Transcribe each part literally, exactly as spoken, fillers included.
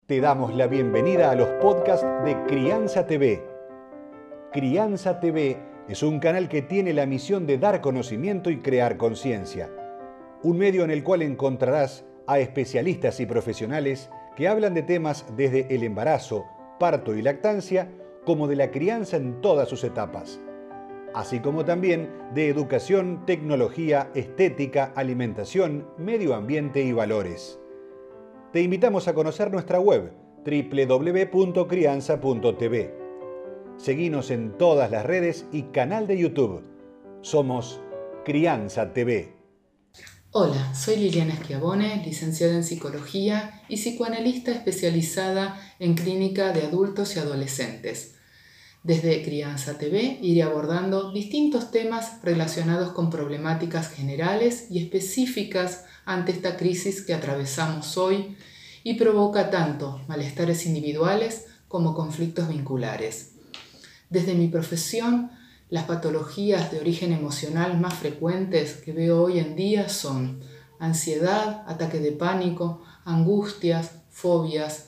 Te damos la bienvenida a los podcasts de Crianza T V. Crianza T V es un canal que tiene la misión de dar conocimiento y crear conciencia. Un medio en el cual encontrarás a especialistas y profesionales que hablan de temas desde el embarazo, parto y lactancia, como de la crianza en todas sus etapas, así como también de educación, tecnología, estética, alimentación, medio ambiente y valores. Te invitamos a conocer nuestra web doble u doble u doble u punto crianza punto t v. Seguinos en todas las redes y canal de YouTube. Somos Crianza T V. Hola, soy Liliana Schiavone, licenciada en Psicología y psicoanalista especializada en clínica de adultos y adolescentes. Desde Crianza T V iré abordando distintos temas relacionados con problemáticas generales y específicas ante esta crisis que atravesamos hoy y provoca tanto malestares individuales como conflictos vinculares. Desde mi profesión, las patologías de origen emocional más frecuentes que veo hoy en día son ansiedad, ataque de pánico, angustias, fobias,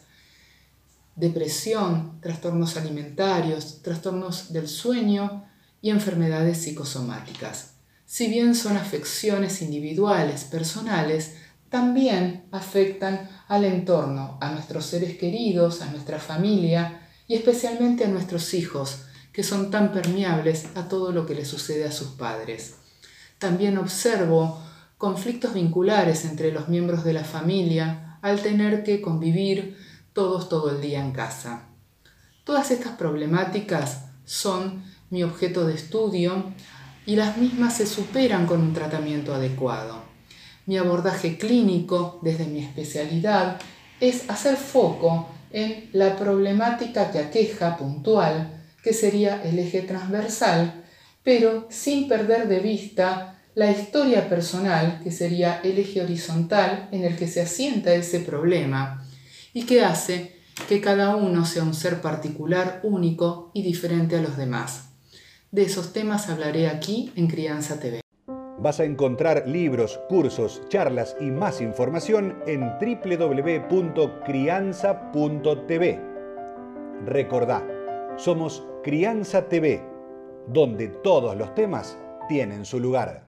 depresión, trastornos alimentarios, trastornos del sueño y enfermedades psicosomáticas. Si bien son afecciones individuales, personales, también afectan al entorno, a nuestros seres queridos, a nuestra familia y especialmente a nuestros hijos, que son tan permeables a todo lo que les sucede a sus padres. También observo conflictos vinculares entre los miembros de la familia al tener que convivir todos todo el día en casa. Todas estas problemáticas son mi objeto de estudio y las mismas se superan con un tratamiento adecuado. Mi abordaje clínico, desde mi especialidad, es hacer foco en la problemática que aqueja puntual, que sería el eje transversal, pero sin perder de vista la historia personal, que sería el eje horizontal en el que se asienta ese problema y que hace que cada uno sea un ser particular, único y diferente a los demás. De esos temas hablaré aquí en Crianza T V. Vas a encontrar libros, cursos, charlas y más información en doble u doble u doble u punto crianza punto t v. Recordá, somos Crianza T V, donde todos los temas tienen su lugar.